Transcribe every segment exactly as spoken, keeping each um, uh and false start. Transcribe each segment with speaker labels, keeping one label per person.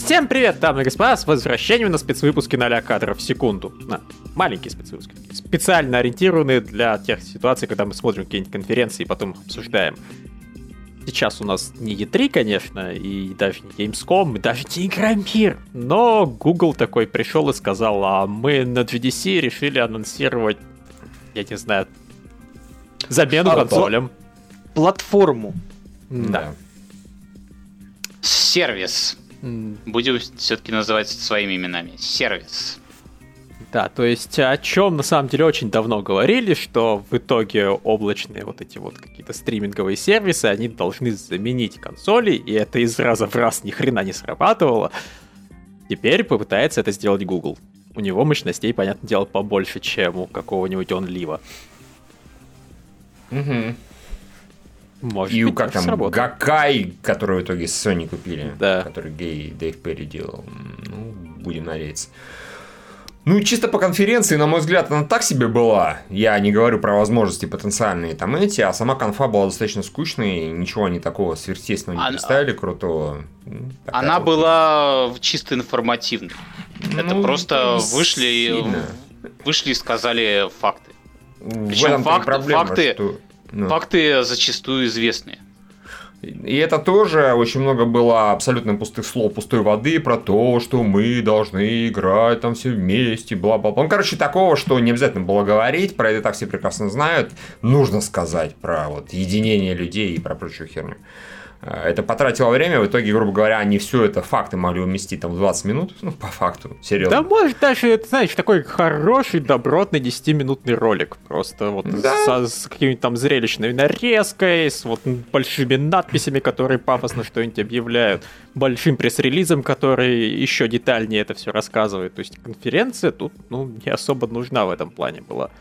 Speaker 1: Всем привет, дамы и господа, с возвращением на спецвыпуски ноля кадров в секунду. На, маленькие спецвыпуски, специально ориентированные для тех ситуаций, когда мы смотрим какие-нибудь конференции и потом обсуждаем. Сейчас у нас не и три, конечно, и даже не Gamescom, и даже не Игромир, но Google такой пришел и сказал, а мы на джи ди си решили анонсировать, я не знаю, замену а, консолям.
Speaker 2: Платформу.
Speaker 1: Да.
Speaker 3: Сервис. Mm. Будем все-таки называть своими именами. Сервис.
Speaker 1: Да, то есть о чем на самом деле очень давно говорили, что в итоге облачные вот эти вот какие-то стриминговые сервисы, они должны заменить консоли, и это из раза в раз ни хрена не срабатывало. Теперь попытается это сделать Google. У него мощностей, понятное дело, побольше, чем у какого-нибудь OnLive.
Speaker 4: Угу.
Speaker 1: Может
Speaker 4: и
Speaker 1: быть,
Speaker 4: как там
Speaker 1: сработает.
Speaker 4: Гакай, который в итоге Sony купили,
Speaker 1: да.
Speaker 4: который гей Дэйв Перри делал. Ну, будем надеяться. Ну, чисто по конференции, на мой взгляд, она так себе была. Я не говорю про возможности потенциальные там эти, а сама конфа была достаточно скучной, ничего они такого сверхъестественного не она... представили, крутого.
Speaker 3: Она вот была чисто информативной. Ну, это просто вышли,
Speaker 4: сильно.
Speaker 3: вышли и сказали факты.
Speaker 4: Причем факт, проблема,
Speaker 3: факты,
Speaker 4: что... ну.
Speaker 3: факты зачастую известные.
Speaker 4: И это тоже очень много было абсолютно пустых слов, пустой воды про то, что мы должны играть там все вместе, бла-бла-бла. Ну, короче, такого, что не обязательно было говорить, про это так все прекрасно знают. Нужно сказать про вот единение людей и про прочую херню. Это потратило время, в итоге, грубо говоря, они все это факты могли уместить там в двадцать минут, ну, по факту, серьезно.
Speaker 1: Да, может, даже, знаешь, такой хороший, добротный десятиминутный ролик, просто вот да. со, с какими-то там зрелищной нарезкой, с вот большими надписями, которые пафосно что-нибудь объявляют, большим пресс-релизом, который еще детальнее это все рассказывает. То есть конференция тут, ну, не особо нужна в этом плане была.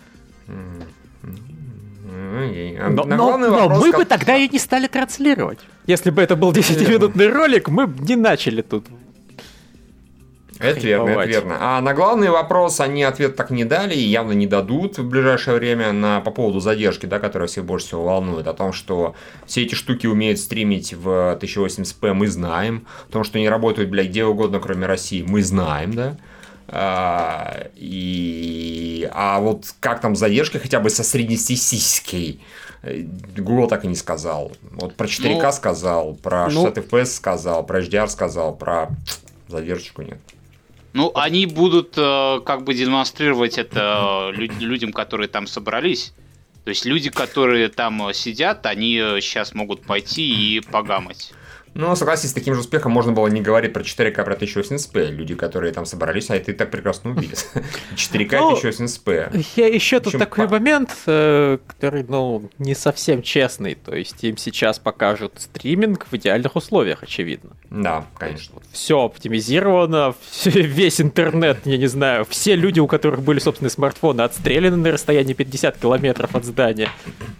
Speaker 1: Но, но, но вопрос, мы как... бы тогда и не стали транслировать. Если бы это был десятиминутный ролик, мы бы не начали тут.
Speaker 4: Это верно, это верно. А на главный вопрос они ответ так не дали и явно не дадут в ближайшее время на, по поводу задержки, да, которая всех больше всего волнует. О том, что все эти штуки умеют стримить в тысяча восемьдесят пэ, мы знаем. О том, что они работают, блядь, где угодно, кроме России, мы знаем, да. А, и, а вот как там задержка хотя бы со среднестатистической, Google так и не сказал. Вот про четыре ка ну, сказал, про шестьдесят эф пи эс сказал, про эйч ди ар сказал, про задержку нет.
Speaker 3: Ну, они будут э, как бы демонстрировать это лю- людям, которые там собрались. То есть люди, которые там сидят, они сейчас могут пойти и погамать.
Speaker 4: Ну, согласись, с таким же успехом можно было не говорить про четыре ка, про тысяча восемьдесят пэ. Люди, которые там собрались, а это и так прекрасно увидят. четыре ка и тысяча восемьдесят пэ.
Speaker 1: Еще тут такой момент, который, ну, не совсем честный. То есть им сейчас покажут стриминг в идеальных условиях, очевидно.
Speaker 4: Да, конечно.
Speaker 1: Все оптимизировано, весь интернет, я не знаю, все люди, у которых были собственные смартфоны, отстреляны на расстоянии пятьдесят километров от здания.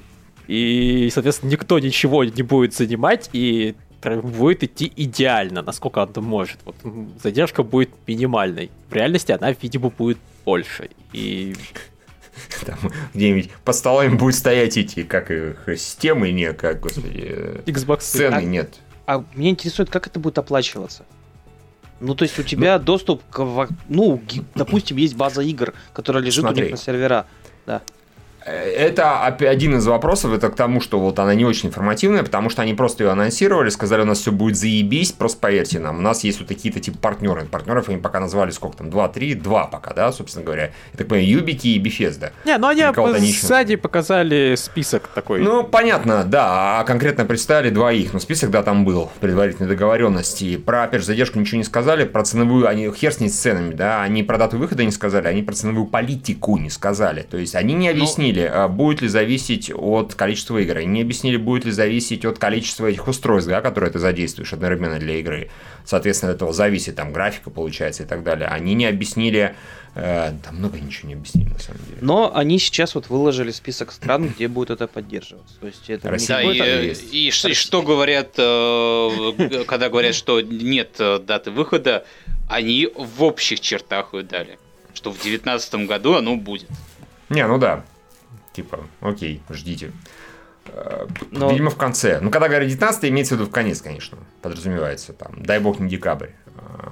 Speaker 1: И, соответственно, никто ничего не будет занимать, и будет идти идеально, насколько он может. Вот задержка будет минимальной. В реальности она, видимо, будет больше. И
Speaker 4: там где-нибудь по столам будет стоять эти, как их, системы, не как, господи,
Speaker 1: Xbox
Speaker 4: цены
Speaker 2: а,
Speaker 4: нет.
Speaker 2: А меня интересует, как это будет оплачиваться? Ну, то есть у тебя ну, доступ к, ну, допустим, есть база игр, которая лежит смотри. У них на сервера. Да.
Speaker 4: Это один из вопросов, это к тому, что вот она не очень информативная, потому что они просто ее анонсировали, сказали, у нас все будет заебись, просто поверьте нам, у нас есть вот такие-то типа партнеры. Партнеров они пока назвали сколько там, два-три, два пока, да, собственно говоря. Я так понимаю, Юбики и Bethesda.
Speaker 1: Не, ну они сзади показали список такой.
Speaker 4: Ну, понятно, да, а конкретно представили двоих, но список, да, там был, предварительной договоренности. Про, опять же, задержку ничего не сказали, про ценовую, они хер с ней с ценами, да, они про дату выхода не сказали, они про ценовую политику не сказали, то есть они не объяснили, будет ли зависеть от количества игр. Они не объяснили, будет ли зависеть от количества этих устройств, да, которые ты задействуешь одновременно для игры. Соответственно, от этого зависит там графика, получается, и так далее. Они не объяснили, э, там много ничего не объяснили, на самом деле.
Speaker 2: Но они сейчас вот выложили список стран, где будет это поддерживаться. То есть это
Speaker 3: Россия, не да, и, и, и что говорят, э, когда говорят, что нет даты выхода, они в общих чертах ее дали, что в две тысячи девятнадцатом году оно будет.
Speaker 4: Не, ну да. Типа, окей, ждите. Но... Видимо, в конце. Ну, когда говорят девятнадцатый, имеется в виду в конец, конечно. Подразумевается там. Дай бог, не декабрь.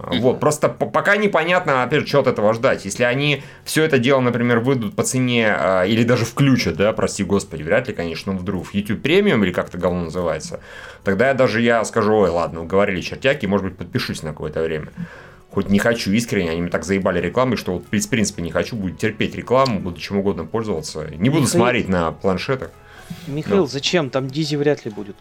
Speaker 4: Mm-hmm. Вот, просто пока непонятно, опять же, что от этого ждать. Если они все это дело, например, выйдут по цене, э, или даже включат, да, прости господи, вряд ли, конечно, вдруг в YouTube Premium, или как-то говно называется, тогда я даже я скажу, ой, ладно, уговорили чертяки, может быть, подпишусь на какое-то время. Хоть не хочу искренне, они мне так заебали рекламой, что вот, в принципе, не хочу, буду терпеть рекламу, буду чем угодно пользоваться. Не буду Михаил... смотреть на планшетах.
Speaker 2: Михаил, Но. зачем? Там Дизи вряд ли будет.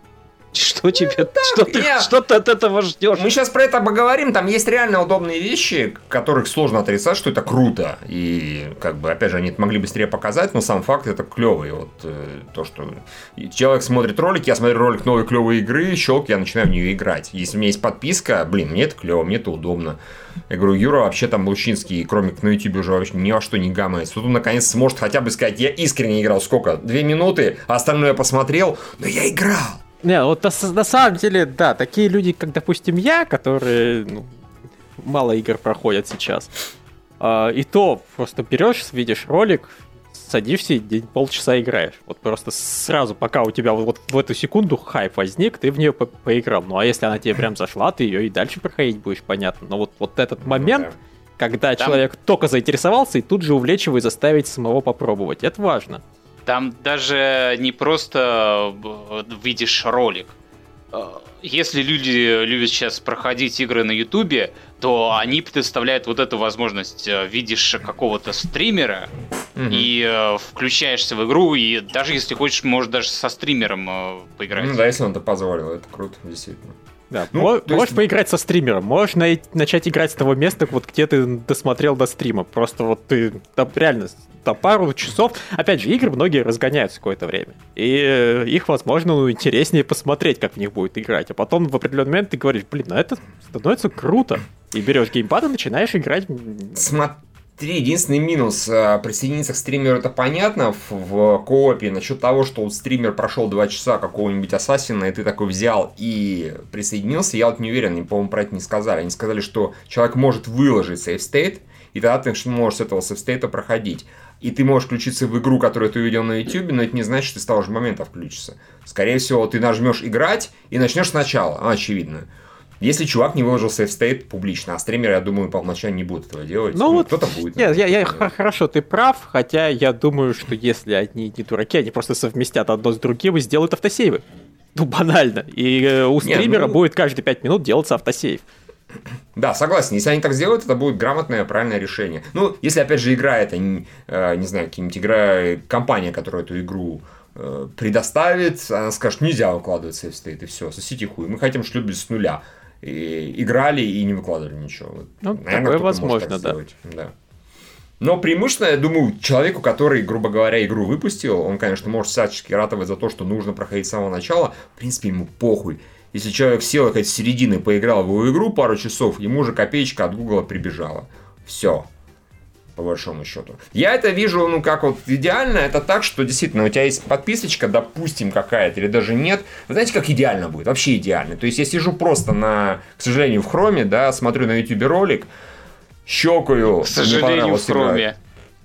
Speaker 2: Что тебе, ну, так, что, ты, я... что ты от этого ждешь?
Speaker 4: Мы сейчас про это поговорим, там есть реально удобные вещи, которых сложно отрицать, что это круто. И, как бы, опять же, они это могли быстрее показать, но сам факт это клевый. Вот э, то, что человек смотрит ролик, я смотрю ролик новой клевой игры, щелк, я начинаю в нее играть. Если у меня есть подписка, блин, мне это клево, мне это удобно. Я говорю, Юра вообще там Лучинский, кроме как на YouTube, уже вообще ни во что не гамается. Тут он наконец сможет хотя бы сказать, я искренне играл сколько? Две минуты, а остальное я посмотрел, но я играл.
Speaker 1: Не, вот на, на самом деле, да, такие люди, как, допустим, я, которые ну, мало игр проходят сейчас, э, и то просто берешь, видишь ролик, садишься и день, полчаса играешь. Вот просто сразу, пока у тебя вот в эту секунду хайп возник, ты в нее по- поиграл. Ну, а если она тебе прям зашла, ты ее и дальше проходить будешь, понятно. Но вот, вот этот момент, когда Там... человек только заинтересовался, и тут же увлечь его и заставить самого попробовать, это важно.
Speaker 3: Там даже не просто видишь ролик. Если люди любят сейчас проходить игры на Ютубе, то они предоставляют вот эту возможность. Видишь какого-то стримера угу. и включаешься в игру, и даже если хочешь, можешь даже со стримером поиграть.
Speaker 4: Ну да, если он это позволил, это круто, действительно.
Speaker 1: Да, ну, можешь есть... поиграть со стримером, можешь на... начать играть с того места, вот где ты досмотрел до стрима. Просто вот ты там реально там пару часов. Опять же, игры многие разгоняются какое-то время. И их, возможно, ну, интереснее посмотреть, как в них будет играть. А потом в определенный момент ты говоришь, блин, ну это становится круто. И берешь геймпад и начинаешь играть.
Speaker 4: Смотри. Три, единственный минус присоединиться к стримеру, это понятно в, в коопе, насчет того, что вот стример прошел два часа какого-нибудь Ассасина, и ты такой взял и присоединился, я вот не уверен, они, по-моему, про это не сказали. Они сказали, что человек может выложить сейф-стейт, и тогда ты можешь с этого сейф-стейта проходить. И ты можешь включиться в игру, которую ты увидел на YouTube, но это не значит, что ты с того же момента включишься. Скорее всего, ты нажмешь играть и начнешь сначала, а, очевидно. Если чувак не выложил сейф-стейт публично, а стримеры, я думаю, по умолчанию не будут этого делать.
Speaker 1: Ну, ну вот
Speaker 4: кто-то будет.
Speaker 1: Нет, я, я, хорошо, ты прав, хотя я думаю, что если они не дураки, они просто совместят одно с другим и сделают автосейвы. Ну, банально. И э, у стримера Нет, ну... будет каждые пять минут делаться автосейв.
Speaker 4: Да, согласен. Если они так сделают, это будет грамотное, правильное решение. Ну, если, опять же, игра это, не, э, не знаю, какая-нибудь игра, компания, которая эту игру э, предоставит, она скажет, нельзя выкладывать сейф-стейт, и все, сосите хуй. Мы хотим, чтобы люди с нуля и играли и не выкладывали ничего.
Speaker 1: Ну, наверное, такое возможно, да.
Speaker 4: да. Но преимущественно, я думаю, человеку, который, грубо говоря, игру выпустил, он, конечно, может всячески ратовать за то, что нужно проходить с самого начала. В принципе, ему похуй. Если человек сел хоть с середины, поиграл в его игру пару часов, ему же копеечка от Гугла прибежала. Все. По большому счету. Я это вижу, ну, как вот идеально, это так, что действительно у тебя есть подписочка, допустим, какая-то, или даже нет. Вы знаете, как идеально будет? Вообще идеально. То есть я сижу просто на, к сожалению, в хроме, да, смотрю на YouTube ролик, щелкаю.
Speaker 3: К сожалению, в хроме.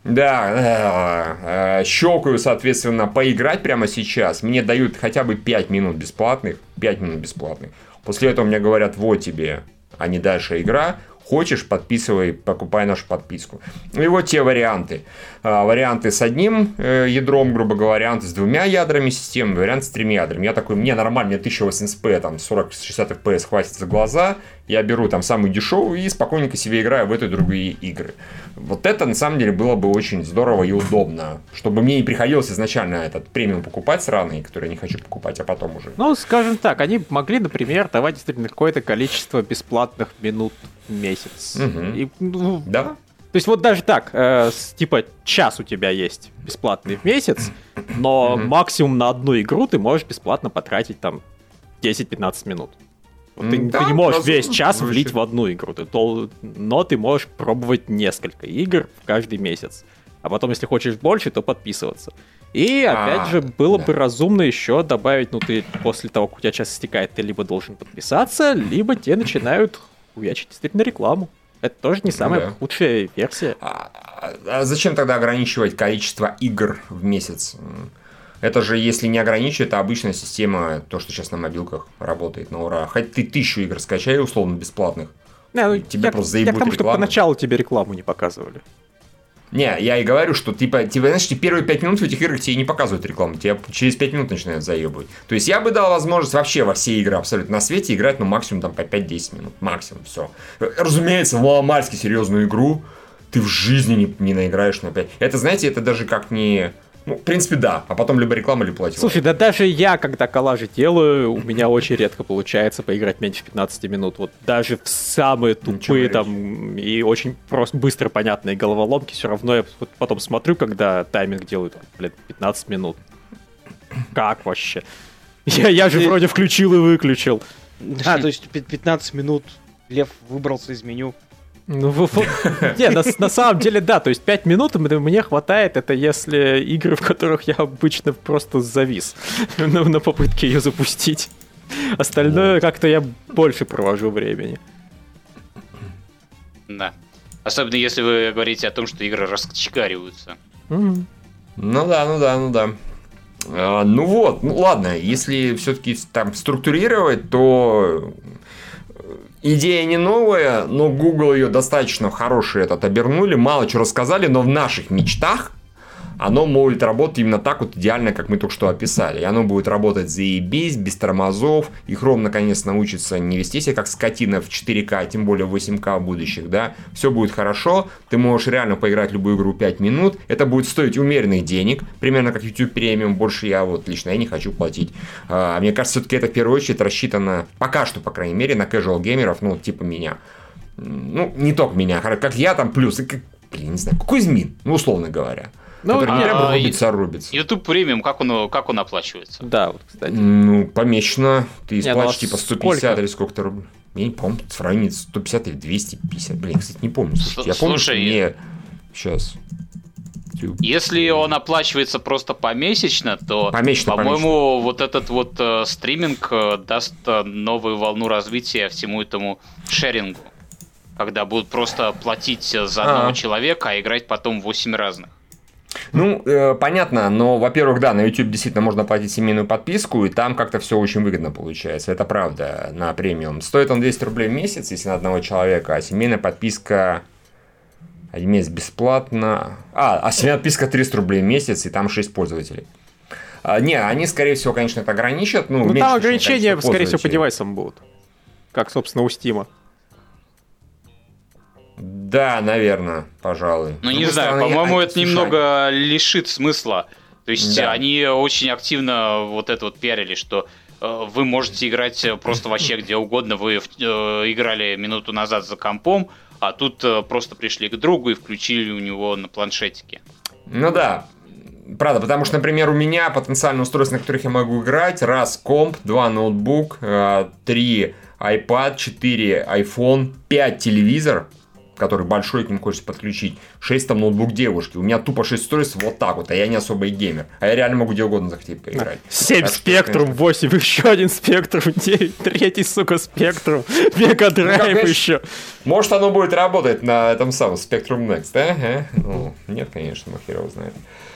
Speaker 4: Да, да, щелкаю, соответственно, поиграть прямо сейчас. Мне дают хотя бы пять минут бесплатных. пять минут бесплатных. После этого мне говорят, вот тебе, а не дальше игра. Хочешь, подписывай, покупай нашу подписку. И вот те варианты. А, варианты с одним э, ядром, грубо говоря, варианты с двумя ядрами системы, варианты с тремя ядрами. Я такой, мне нормально, мне тысяча восемьдесят пэ, там сорок-шестьдесят эф пи эс хватит за глаза. Я беру там самую дешевую и спокойненько себе играю в эти другие игры. Вот это, на самом деле, было бы очень здорово и удобно. Чтобы мне не приходилось изначально этот премиум покупать сраный, который я не хочу покупать, а потом уже.
Speaker 1: Ну, скажем так, они могли, например, давать действительно какое-то количество бесплатных минут в месяц.
Speaker 4: Угу.
Speaker 1: И, ну,
Speaker 4: да?
Speaker 1: То есть вот даже так, э, с, типа час у тебя есть бесплатный в месяц, но mm-hmm. максимум на одну игру ты можешь бесплатно потратить там десять-пятнадцать минут. Вот ты, да, ты не можешь весь час вообще влить в одну игру, ты, то, но ты можешь пробовать несколько игр в каждый месяц. А потом, если хочешь больше, то подписываться. И опять а, же, было да. бы разумно еще добавить, ну ты после того, как у тебя час истекает, ты либо должен подписаться, либо тебе начинают увячить действительно рекламу. Это тоже не самая да. худшая версия.
Speaker 4: А, а зачем тогда ограничивать количество игр в месяц? Это же, если не ограничивать, это обычная система, то, что сейчас на мобилках работает на ура. Хоть ты тысячу игр скачай, условно, бесплатных.
Speaker 1: Не, ну,
Speaker 4: тебе
Speaker 1: я,
Speaker 4: просто заебут
Speaker 1: я к тому,
Speaker 4: рекламу.
Speaker 1: что поначалу тебе рекламу не показывали.
Speaker 4: Не, я и говорю, что типа, типа, знаешь, первые пять минут в этих играх тебе не показывают рекламу, тебя через пять минут начинают заебывать. То есть я бы дал возможность вообще во все игры абсолютно на свете играть, ну, максимум там по пять-десять минут, максимум, все. Разумеется, в маломальски серьезную игру ты в жизни не, не наиграешь на пять. Это, знаете, это даже как не... Ну, в принципе, да, а потом либо реклама, либо платье.
Speaker 1: Слушай, да даже я, когда коллажи делаю, у меня очень редко получается поиграть меньше пятнадцати минут. Вот даже в самые тупые там и очень просто быстро понятные головоломки, все равно я потом смотрю, когда тайминг делают, блин, пятнадцать минут. Как вообще? Я, я же вроде включил и выключил.
Speaker 2: А, то есть пятнадцать минут Лев выбрался из меню.
Speaker 1: Ну, вот, не, на, на самом деле, да, то есть пять минут мне хватает, это если игры, в которых я обычно просто завис на, на попытке ее запустить. Остальное как-то я больше провожу времени.
Speaker 3: Да. Особенно если вы говорите о том, что игры раскочегариваются.
Speaker 1: Mm-hmm.
Speaker 4: Ну да, ну да, ну да. А, ну вот, ну ладно, если все-таки там структурировать, то... Идея не новая, но Google ее достаточно хороший этот обернули, мало чего рассказали, но в наших мечтах оно может работать именно так вот идеально, как мы только что описали. И оно будет работать заебись, без тормозов, и Chrome наконец научится не вести себя как скотина в четыре ка, тем более в восемь ка будущих, да. Все будет хорошо, ты можешь реально поиграть любую игру пять минут, это будет стоить умеренных денег, примерно как YouTube Premium, больше я вот лично я не хочу платить. А, мне кажется, все-таки это в первую очередь рассчитано, пока что, по крайней мере, на casual геймеров, ну, типа меня. Ну, не только меня, как я там, плюс, и как, блин, не знаю, Кузьмин, ну, условно говоря.
Speaker 1: Ну,
Speaker 4: который не
Speaker 3: а,
Speaker 4: прям рубится, рубится.
Speaker 3: YouTube Premium, как он, как он оплачивается?
Speaker 1: Да, вот, кстати.
Speaker 4: Ну, помесячно. Ты
Speaker 1: Не, ну,
Speaker 4: исплатишь
Speaker 1: а
Speaker 4: типа сто пятьдесят
Speaker 1: сколько?
Speaker 4: или сколько-то рублей. Я не помню, в районе сто пятьдесят или двести пятьдесят. Блин, кстати, не помню. Слушайте, я помню, что
Speaker 3: Слушай,
Speaker 4: мне... Сейчас.
Speaker 3: Если он оплачивается просто помесячно, то,
Speaker 4: Помесячно,
Speaker 3: по-моему, вот этот вот э, стриминг э, даст э, новую волну развития всему этому шерингу. Когда будут просто платить за одного
Speaker 4: А.
Speaker 3: человека, а играть потом восемь разных.
Speaker 4: Ну, э, понятно, но, во-первых, да, на YouTube действительно можно платить семейную подписку, и там как-то все очень выгодно получается, это правда, на премиум. Стоит он двести рублей в месяц, если на одного человека, а семейная подписка один месяц бесплатно. А, а семейная подписка триста рублей в месяц, и там шесть пользователей. А, не, они, скорее всего, конечно, это ограничат. Ну,
Speaker 1: Ну,
Speaker 4: меньше,
Speaker 1: там
Speaker 4: чем
Speaker 1: ограничения,
Speaker 4: количество
Speaker 1: скорее всего, по
Speaker 4: пользователей.
Speaker 1: девайсам будут. Как, собственно, у Стима.
Speaker 4: Да, наверное, пожалуй.
Speaker 3: Ну,
Speaker 4: С
Speaker 3: не
Speaker 4: другой
Speaker 3: знаю,
Speaker 4: стороны,
Speaker 3: по-моему,
Speaker 4: они-
Speaker 3: это
Speaker 4: слушай,
Speaker 3: немного лишит смысла. То есть
Speaker 4: Да.
Speaker 3: они очень активно вот это вот пиарили, что э, вы можете играть э, просто вообще где угодно. Вы э, играли минуту назад за компом, а тут э, просто пришли к другу и включили у него на планшетике.
Speaker 4: Ну да, правда, потому что, например, у меня потенциальные устройства, на которых я могу играть, раз комп, два ноутбук, э, три iPad, четыре iPhone, пять телевизор, который большой, к ним хочется подключить, шесть там ноутбук девушки. У меня тупо шесть устройств вот так вот, а я не особо и геймер. А я реально могу где угодно захотеть поиграть.
Speaker 1: семь
Speaker 4: Так что,
Speaker 1: спектрум,
Speaker 4: конечно.
Speaker 1: восемь, еще один спектрум, девять, третий, сука, спектрум, мегадрайв
Speaker 4: Ну, конечно.
Speaker 1: еще.
Speaker 4: Может, оно будет работать на этом самом Spectrum Next, да? Ага. Ну, нет, конечно, хер его знает.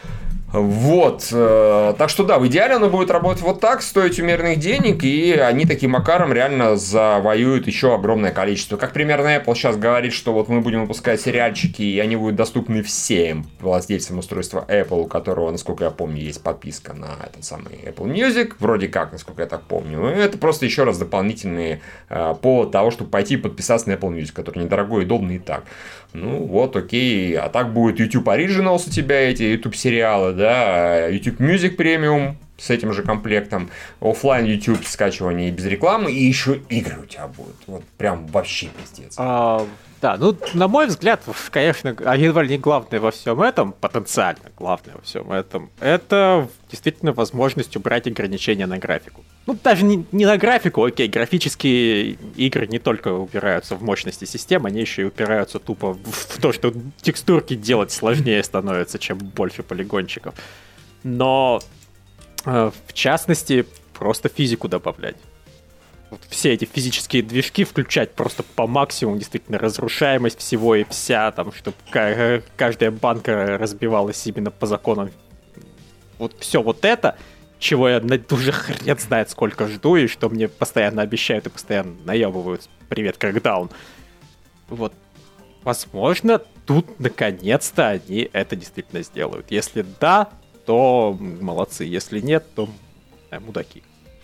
Speaker 4: Вот, э, так что да, в идеале оно будет работать вот так, стоить умеренных денег, и они таким макаром реально завоюют еще огромное количество. Как примерно Apple сейчас говорит, что вот мы будем выпускать сериальчики, и они будут доступны всем владельцам устройства Apple, у которого, насколько я помню, есть подписка на этот самый Apple Music, вроде как, насколько я так помню. Это просто еще раз дополнительные э, повод того, чтобы пойти и подписаться на Apple Music, который недорогой и удобный и так. Ну вот, окей, а так будет YouTube Originals у тебя, эти YouTube сериалы, да, YouTube Music Premium с этим же комплектом, офлайн YouTube скачивание без рекламы, и еще игры у тебя будут. Вот прям вообще пиздец.
Speaker 1: А, да, ну, на мой взгляд, конечно, едва ли не главное во всем этом, потенциально главное во всем этом, это действительно возможность убрать ограничения на графику. Ну, даже не, не на графику, окей, графические игры не только упираются в мощности систем, они еще и упираются тупо в, в то, что текстурки делать сложнее становится, чем больше полигончиков. Но, э, в частности, просто физику добавлять. Вот все эти физические движки включать просто по максимуму, действительно, разрушаемость всего и вся, там, чтобы ка- каждая банка разбивалась именно по законам. Вот все вот это, чего я на- уже хрен знает сколько жду, и что мне постоянно обещают и постоянно наебывают. Привет, Crackdown. вот, возможно, тут наконец-то они это действительно сделают. Если да, то молодцы. Если нет, то э, мудаки.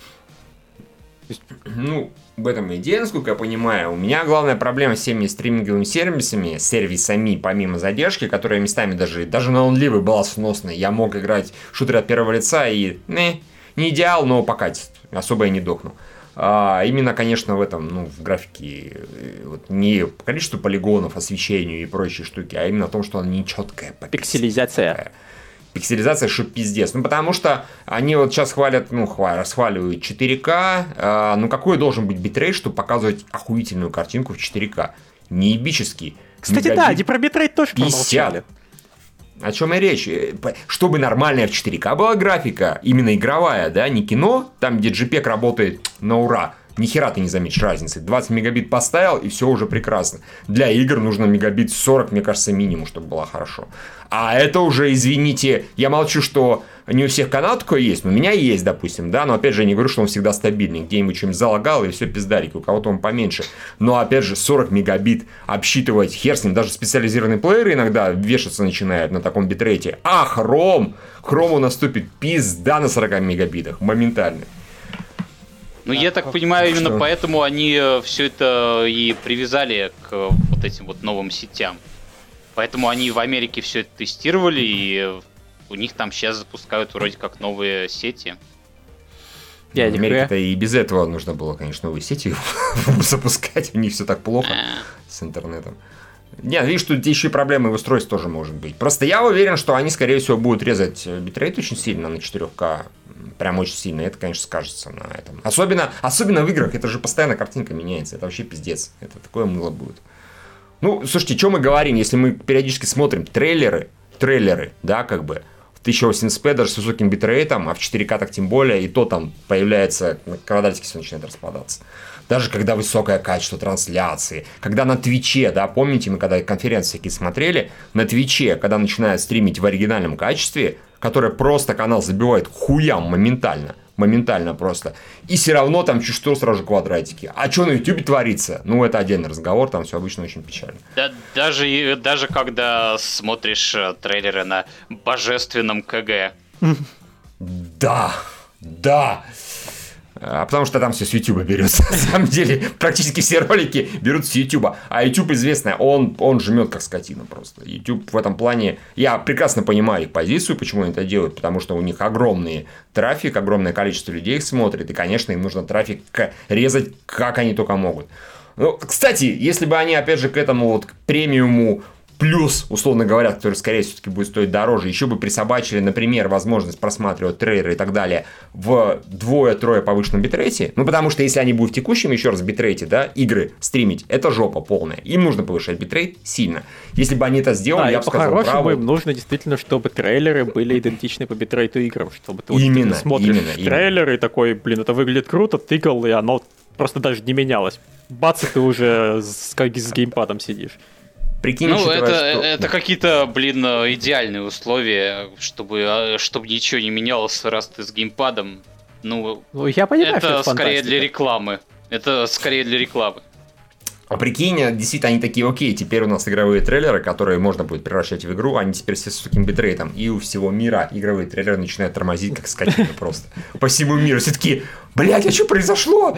Speaker 4: Ну, в этом идея, насколько я понимаю. У меня главная проблема с всеми стриминговыми сервисами, сервисами, помимо задержки, которая местами даже, даже на онливе была сносной. Я мог играть в шутеры от первого лица и не, не идеал, но по качеству. Особо я не дохнул. А именно, конечно, в этом, ну, в графике, вот, не по количеству полигонов, освещению и прочие штуки, а именно в том, что она нечеткая.
Speaker 1: Пикселизация.
Speaker 4: Пикселизация, что пиздец. Ну, потому что они вот сейчас хвалят, ну, хвалят, расхваливают четыре ка. Э, ну, какой должен быть битрейт, чтобы показывать охуительную картинку в четыре ка? Неебический.
Speaker 1: Кстати, мегабит... да, не про битрейт тоже
Speaker 4: промолчали. О чем и речь? Чтобы нормальная в четыре ка была графика, именно игровая, да, не кино, там, где джей пег работает на ура. Ни хера ты не заметишь разницы. двадцать мегабит поставил, и все уже прекрасно. Для игр нужно мегабит сорок, мне кажется, минимум, чтобы было хорошо. А это уже, извините, я молчу, что не у всех канал такой есть, но у меня есть, допустим, да, но опять же, я не говорю, что он всегда стабильный. Где-нибудь что-нибудь залагал, и все пиздарики, у кого-то он поменьше. Но опять же, сорок мегабит обсчитывать, хер с ним, даже специализированные плееры иногда вешаться начинают на таком битрейте. А Chrome, Chrome наступит пизда на сорока мегабитах, моментально.
Speaker 3: Ну, я так понимаю, именно что? Поэтому они все это и привязали к вот этим вот новым сетям. Поэтому они в Америке все это тестировали, и у них там сейчас запускают вроде как новые сети.
Speaker 4: В Америке-то и без этого нужно было, конечно, новые сети запускать. У них все так плохо с интернетом. Нет, видишь, тут еще и проблемы в устройстве тоже может быть. Просто я уверен, что они, скорее всего, будут резать битрейт очень сильно на четыре ка. Прям очень сильно. Это, конечно, скажется на этом. Особенно, особенно в играх. Это же постоянно картинка меняется. Это вообще пиздец. Это такое мыло будет. Ну, слушайте, что мы говорим, если мы периодически смотрим трейлеры, трейлеры, да, как бы, в тысяча восемьдесят пи даже с высоким битрейтом, а в четыре ка так тем более, и то там появляется, когда датчики все начинает распадаться. Даже когда высокое качество трансляции, когда на Твиче, да, помните, мы когда конференции такие смотрели, на Твиче, когда начинают стримить в оригинальном качестве, которое просто канал забивает хуям моментально, моментально просто, и все равно там чуть что сразу квадратики. А что на Ютубе творится? Ну, это отдельный разговор, там все обычно очень печально.
Speaker 3: Да, даже, даже когда смотришь трейлеры на божественном КГ.
Speaker 4: Да, да. А потому что там все с Ютуба берется. На самом деле, практически все ролики берут с Ютуба. А Ютуб, известно, он, он жмет как скотина просто. Ютуб в этом плане... Я прекрасно понимаю их позицию, почему они это делают. Потому что у них огромный трафик, огромное количество людей их смотрит. И, конечно, им нужно трафик резать, как они только могут. Ну, кстати, если бы они, опять же, к этому вот к премиуму плюс, условно говоря, который, скорее все-таки будет стоить дороже, еще бы присобачили, например, возможность просматривать трейлеры и так далее в двое-трое повышенном битрейте. Ну, потому что если они будут в текущем, еще раз, битрейте, да, игры стримить, это жопа полная. Им нужно повышать битрейт сильно. Если бы они это сделали,
Speaker 1: да,
Speaker 4: я бы сказал,
Speaker 1: по-хорошему
Speaker 4: право...
Speaker 1: им нужно действительно, чтобы трейлеры были идентичны по битрейту играм, чтобы ты,
Speaker 4: именно,
Speaker 1: вот, ты смотришь
Speaker 4: именно,
Speaker 1: трейлер
Speaker 4: именно.
Speaker 1: И такой, блин, это выглядит круто, тыкал, и оно просто даже не менялось. Бац, и ты уже с, как с геймпадом сидишь.
Speaker 3: Прикинь, ну, это, что... это какие-то, блин, идеальные условия, чтобы, чтобы ничего не менялось, раз ты с геймпадом. Ну,
Speaker 1: ну я понимаю,
Speaker 3: это,
Speaker 1: что это
Speaker 3: скорее
Speaker 1: фантастика.
Speaker 3: Для рекламы. Это скорее для рекламы.
Speaker 4: А прикинь, действительно, они такие, окей, теперь у нас игровые трейлеры, которые можно будет превращать в игру, они теперь все с высоким битрейтом, и у всего мира игровые трейлеры начинают тормозить, как скотина просто. По всему миру. Все такие, блядь, а что произошло?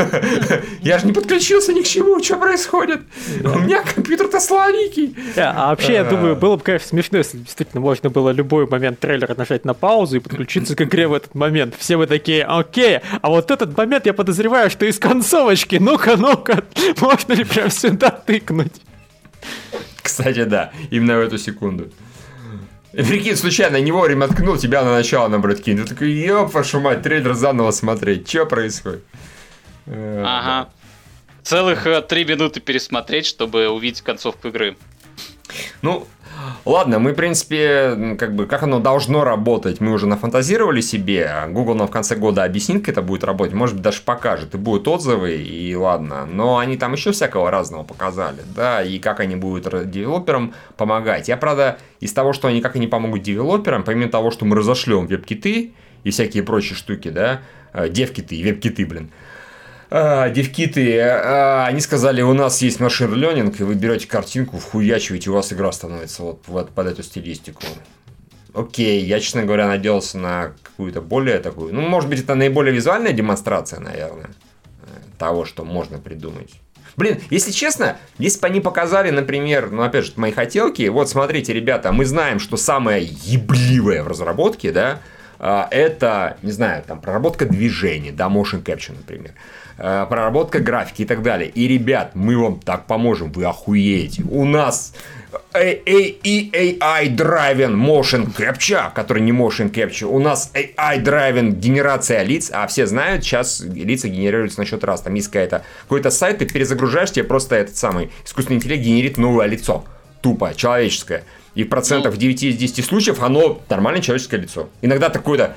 Speaker 4: Я же не подключился ни к чему, что происходит? У меня компьютер-то слабенький.
Speaker 1: А вообще, я думаю, было бы, конечно, смешно, если действительно можно было любой момент трейлера нажать на паузу и подключиться к игре в этот момент. Все вы такие, окей, а вот этот момент я подозреваю, что из концовочки. Ну-ка, ну-ка, можно ли прям сюда тыкнуть?
Speaker 4: Кстати, да, именно в эту секунду. И прикинь, случайно не вовремя ткнул, тебя на начало, наоборот, кинет. Ты такой, ёп, вашу мать, трейлер заново смотреть. Что происходит?
Speaker 3: Ага. Целых три минуты пересмотреть, чтобы увидеть концовку игры.
Speaker 4: Ну, ладно, мы, в принципе, как бы, как оно должно работать, мы уже нафантазировали себе. Google нам в конце года объяснит, как это будет работать, может быть, даже покажет, и будут отзывы, и ладно. Но они там еще всякого разного показали, да, и как они будут девелоперам помогать. Я, правда, из того, что они как они помогут девелоперам, помимо того, что мы разошлем веб-киты и всякие прочие штуки, да, дев-киты и веб-киты, блин, А, девкиты, а, они сказали, у нас есть машин learning, и вы берете картинку, вхуячиваете, у вас игра становится вот, вот под эту стилистику. Окей, я, честно говоря, надеялся на какую-то более такую... Ну, может быть, это наиболее визуальная демонстрация, наверное, того, что можно придумать. Блин, если честно, если бы они показали, например, ну, опять же, мои хотелки, вот, смотрите, ребята, мы знаем, что самое ебливое в разработке, да, это, не знаю, там, проработка движений, да, motion capture, например, проработка графики и так далее. И, ребят, мы вам так поможем, вы охуеете. У нас и эй ай-driven motion capture, который не motion capture, у нас эй ай-driven генерация лиц, а все знают, сейчас лица генерируются на счет раз. Там есть какая-то, какой-то сайт, ты перезагружаешь, тебе просто этот самый искусственный интеллект генерит новое лицо. Тупо, человеческое. И в процентов девять из десяти случаев оно нормальное человеческое лицо. Иногда такое-то,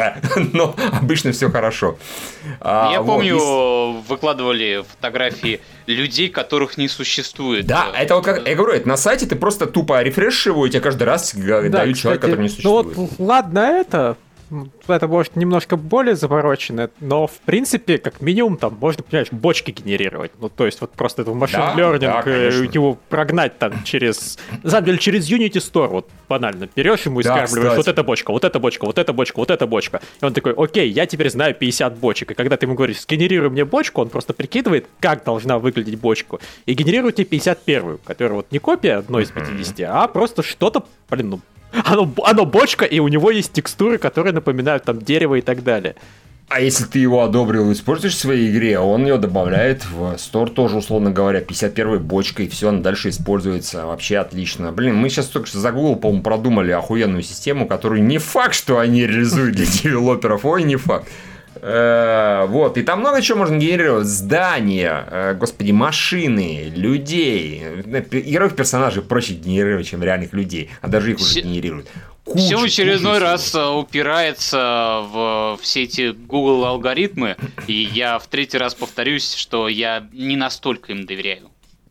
Speaker 4: но обычно все хорошо.
Speaker 3: Я помню, выкладывали фотографии людей, которых не существует.
Speaker 4: Да, это вот как я говорю, это на сайте ты просто тупо рефрешишь его, и тебе каждый раз дают человека, который не существует.
Speaker 1: Ну вот, ладно, это... Это может немножко более заморочено, но в принципе, как минимум, там можно, понимаешь, бочки генерировать. Ну, то есть, вот просто это машин
Speaker 4: да,
Speaker 1: learning,
Speaker 4: да,
Speaker 1: его прогнать там через. На самом деле, через Unity Store, вот банально. Берешь ему и
Speaker 4: да,
Speaker 1: скармливаешь вот эта бочка, вот эта бочка, вот эта бочка, вот эта бочка. И он такой, окей, я теперь знаю пятьдесят бочек. И когда ты ему говоришь, сгенерируй мне бочку, он просто прикидывает, как должна выглядеть бочку. И генерирует тебе пятьдесят первую, которая вот не копия одной из пятидесяти, а просто что-то, блин, ну. Оно, оно бочка, и у него есть текстуры, которые напоминают там дерево и так далее.
Speaker 4: А если ты его одобрил и используешь в своей игре, он ее добавляет в Store тоже, условно говоря, пятьдесят первой бочкой, и все, она дальше используется. Вообще отлично. Блин, мы сейчас только что за Google, по-моему, продумали охуенную систему, которую не факт, что они реализуют для девелоперов. Ой, не факт. Вот, и там много чего можно генерировать. Здания, господи, машины, людей, игровых персонажей проще генерировать, чем реальных людей, а даже их уже генерируют.
Speaker 3: Куча, все в очередной раз упирается в все эти Google алгоритмы, и я в третий раз повторюсь, что я не настолько им доверяю.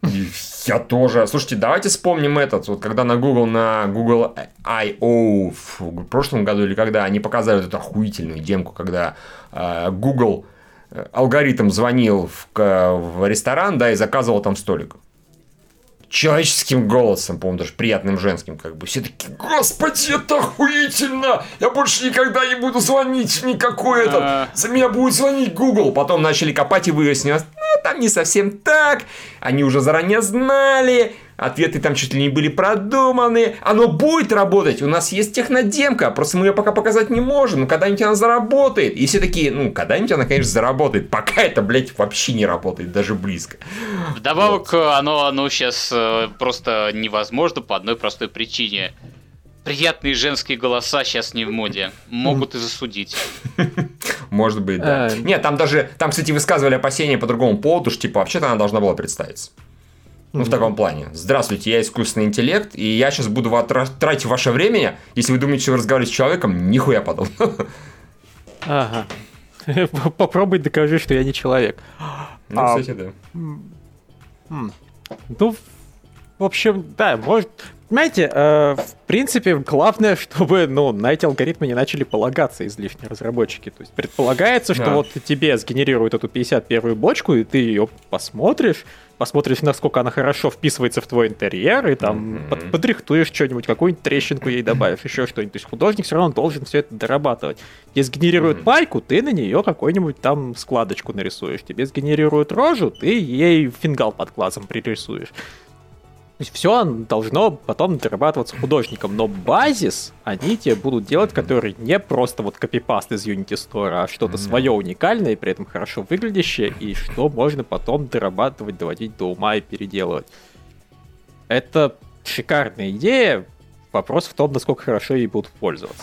Speaker 4: Я тоже. Слушайте, давайте вспомним этот, вот когда на Google, на Google I O в прошлом году или когда они показали вот эту охуительную демку, когда э, Google алгоритм звонил в, в ресторан, да, и заказывал там столик. Человеческим голосом, по-моему, даже приятным женским, как бы. Все такие, господи, это охуительно! Я больше никогда не буду звонить никакой этот. За меня будет звонить Google. Потом начали копать и выяснилось, ну, там не совсем так. Они уже заранее знали. Ответы там чуть ли не были продуманы. Оно будет работать. У нас есть технодемка. Просто мы ее пока показать не можем. Но когда-нибудь она заработает. И все такие, ну, когда-нибудь она, конечно, заработает. Пока это, блядь, вообще не работает. Даже близко.
Speaker 3: Вдобавок, вот. оно, оно сейчас э, просто невозможно по одной простой причине. Приятные женские голоса сейчас не в моде. Могут и засудить.
Speaker 4: Может быть, да. Нет, там даже, там, кстати, высказывали опасения по другому поводу, что, типа, вообще-то она должна была представиться. Ну, в таком плане. Здравствуйте, я искусственный интеллект, и я сейчас буду тратить ваше время, если вы думаете, что вы разговариваете с человеком, нихуя подобного.
Speaker 1: Ага. Попробуй докажи, что я не человек.
Speaker 4: Ну, а, кстати, да.
Speaker 1: Ну, в общем, да, может... Понимаете, э, в принципе, главное, чтобы, ну, на эти алгоритмы не начали полагаться излишне разработчики. То есть предполагается, что да. вот тебе сгенерируют эту пятьдесят первую бочку, и ты ее посмотришь, посмотришь, насколько она хорошо вписывается в твой интерьер, и там mm-hmm. под, подрихтуешь что-нибудь, какую-нибудь трещинку ей добавишь, еще что-нибудь. То есть художник все равно должен все это дорабатывать. Тебе сгенерируют mm-hmm. майку, ты на нее какую-нибудь там складочку нарисуешь. Тебе сгенерируют рожу, ты ей фингал под глазом пририсуешь. То есть все должно потом дорабатываться художником, но базис они тебе будут делать, который не просто вот копипаст из Unity Store, а что-то mm-hmm. свое уникальное, и при этом хорошо выглядящее, и что можно потом дорабатывать, доводить до ума и переделывать. Это шикарная идея, вопрос в том, насколько хорошо ей будут пользоваться.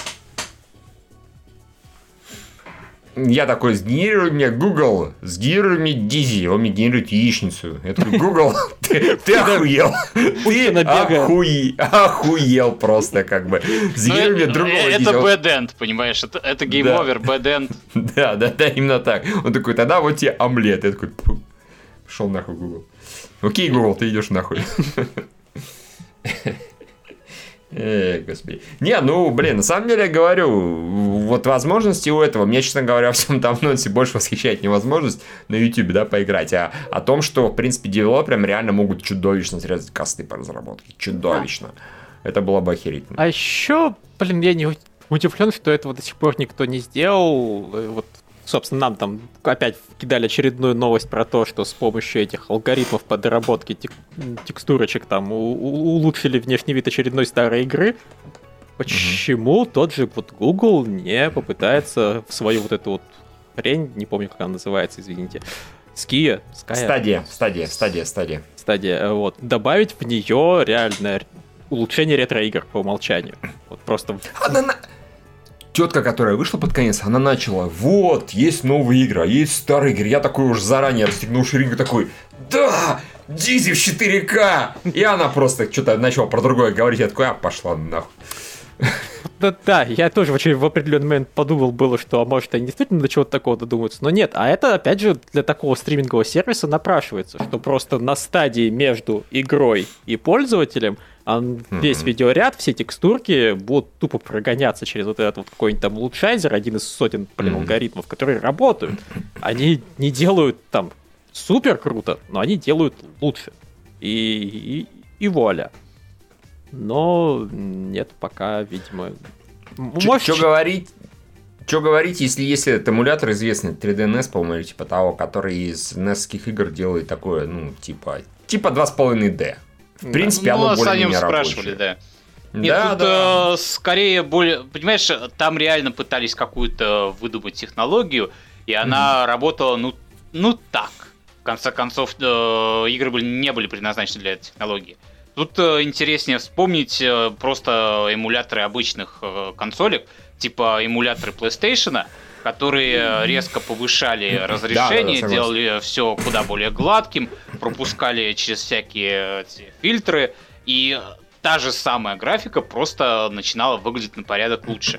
Speaker 4: Я такой, сгенерируй мне Google, сгенерируй мне Дизи, он мне генерирует яичницу. Я такой, Google, ты, ты охуел. Ты охуел, охуел просто как бы. Сгенерируй мне другого Дизи.
Speaker 3: Это bad end, понимаешь, это, это game да. over, bad end.
Speaker 4: Да, да, да, именно так. Он такой, тогда вот тебе омлет. Я такой, пошел нахуй, Google. Окей, Google, ты идешь нахуй. Эй, господи. Не, ну, блин, на самом деле, я говорю, вот возможности у этого, мне, честно говоря, во всем там анонсе больше восхищает не возможность на YouTube, да, поиграть, а о том, что, в принципе, девелоперам реально могут чудовищно срезать косты по разработке. Чудовищно. Это было бы охерительно.
Speaker 1: А еще, блин, я не удивлен, что этого до сих пор никто не сделал. Вот, собственно, нам там опять кидали очередную новость про то, что с помощью этих алгоритмов по доработке тек- текстурочек там у- у- улучшили внешний вид очередной старой игры. Почему mm-hmm. тот же вот Google не попытается в свою вот эту вот хрень, не помню, как она называется, извините, Skia, Skia.
Speaker 4: Стадия, стадия, стадия, стадия.
Speaker 1: Стадия, вот, добавить в нее реальное улучшение ретро-игр по умолчанию. Вот просто...
Speaker 4: Она... Тетка, которая вышла под конец, она начала: вот, есть новые игры, а есть старые игры. Я такой уже заранее расстегнул ширинку, такой: да, Дизи в четыре ка. И она просто что-то начала про другое говорить. Я такой: а, пошла нахуй.
Speaker 1: Да, да, я тоже очень в определенный момент подумал было, что, а может, они действительно до чего-то такого додумаются. Но нет, а это, опять же, для такого стримингового сервиса напрашивается, что просто на стадии между игрой и пользователем весь mm-hmm. видеоряд, все текстурки будут тупо прогоняться через вот этот вот какой-нибудь там улучшайзер, один из сотен, блин, mm-hmm. алгоритмов, которые работают. Они не делают там супер круто, но они делают лучше. И, и, и вуаля. Но нет, пока, видимо...
Speaker 4: Что говорить? Что говорить, если есть этот эмулятор известный, три дэ эн эс, по-моему, или типа того, который из несских игр делает такое, ну, типа, типа два с половиной дэ. В принципе,
Speaker 3: да.
Speaker 4: оно
Speaker 3: ну,
Speaker 4: более-менее рабочее.
Speaker 3: Спрашивали, да. Нет,
Speaker 4: да,
Speaker 3: тут
Speaker 4: да.
Speaker 3: Э, скорее более... Понимаешь, там реально пытались какую-то выдумать технологию, и она mm-hmm. работала, ну, ну так. В конце концов, э, игры были, не были предназначены для этой технологии. Тут э, интереснее вспомнить э, просто эмуляторы обычных э, консолек, типа эмуляторы PlayStation, которые резко повышали разрешение, да, да, делали все куда более гладким, пропускали через всякие эти фильтры, и та же самая графика просто начинала выглядеть на порядок лучше.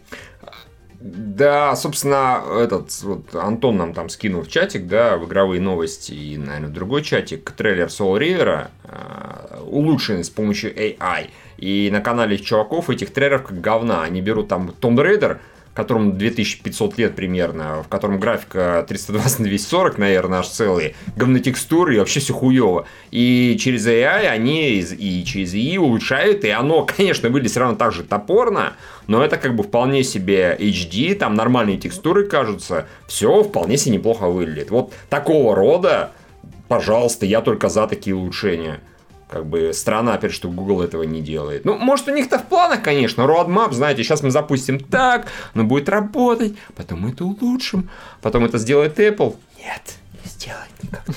Speaker 4: Да, собственно, этот вот Антон нам там скинул в чатик, да, в игровые новости и, наверное, в другой чатик трейлер Soul River, э, улучшенный с помощью эй ай. И на канале чуваков этих трейлеров как говна. Они берут там Tomb Raider, которому две тысячи пятьсот лет примерно, в котором графика триста двадцать на двести сорок, наверное, аж целые, говнотекстуры и вообще все хуево. И через эй ай они и через ай и улучшают, и оно, конечно, выглядит все равно так же топорно, но это как бы вполне себе эйч ди, там нормальные текстуры кажутся, все вполне себе неплохо выглядит. Вот такого рода, пожалуйста, я только за такие улучшения. Как бы странно, опять, что Google этого не делает. Ну, может, у них-то в планах, конечно, roadmap, знаете, сейчас мы запустим так, оно будет работать, потом мы это улучшим, потом это сделает Apple. Нет, не сделает никогда.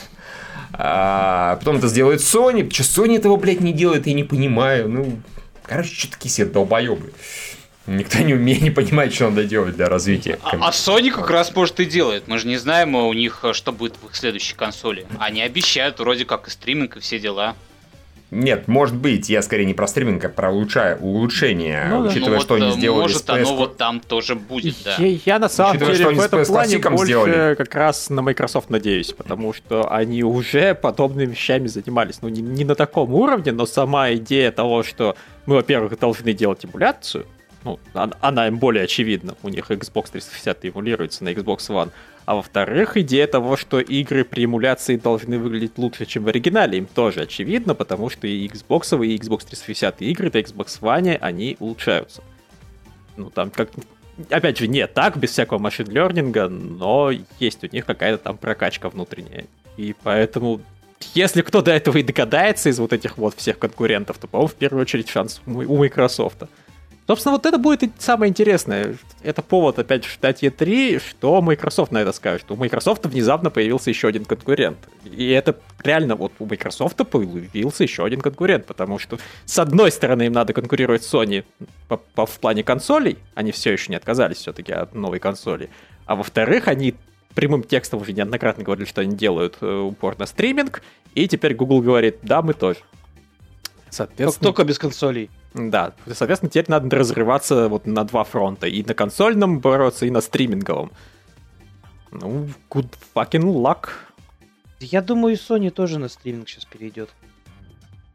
Speaker 4: А, потом это сделает Sony. Что Sony этого, блядь, не делает, я не понимаю. Ну, короче, что такие все долбоебы. Никто не умеет, не понимает, что надо делать для развития.
Speaker 3: А, а Sony как раз, может, и делает. Мы же не знаем у них, что будет в их следующей консоли. Они обещают вроде как и стриминг, и все дела.
Speaker 4: Нет, может быть, я скорее не про стриминг, а про улучша... улучшение,
Speaker 1: ну,
Speaker 4: учитывая,
Speaker 3: ну,
Speaker 4: что
Speaker 3: вот,
Speaker 4: они сделали
Speaker 3: может,
Speaker 4: с пи эс...
Speaker 3: оно вот там тоже будет, да.
Speaker 1: Я, я на самом
Speaker 4: Учитывая,
Speaker 1: деле
Speaker 4: что
Speaker 1: в этом плане больше
Speaker 4: сделали.
Speaker 1: как раз на Microsoft надеюсь, потому что они уже подобными вещами занимались. Ну, не, не на таком уровне, но сама идея того, что мы, во-первых, должны делать эмуляцию, ну, она, она им более очевидна, у них Xbox триста шестьдесят эмулируется на Xbox One, а во-вторых, идея того, что игры при эмуляции должны выглядеть лучше, чем в оригинале, им тоже очевидно, потому что и Xbox, и Xbox триста шестьдесят игры на Xbox One, они улучшаются. Ну, там как... Опять же, не так, без всякого машин-лернинга, но есть у них какая-то там прокачка внутренняя. И поэтому, если кто до этого и догадается из вот этих вот всех конкурентов, то, по-моему, в первую очередь шанс у Microsoft. Собственно, вот это будет и самое интересное. Это повод опять ждать и три, что Microsoft на это скажет. У Microsoft внезапно появился еще один конкурент. И это реально вот у Microsoft появился еще один конкурент, потому что с одной стороны им надо конкурировать с Sony по, по, в плане консолей, они все еще не отказались все-таки от новой консоли, а во-вторых, они прямым текстом уже неоднократно говорили, что они делают э, упор на стриминг, и теперь Google говорит, да, мы тоже.
Speaker 2: Соответственно, только без консолей.
Speaker 1: Да, соответственно, теперь надо разрываться вот на два фронта. И на консольном бороться, и на стриминговом. Ну, good fucking luck.
Speaker 2: Я думаю, и Sony тоже на стриминг сейчас перейдет.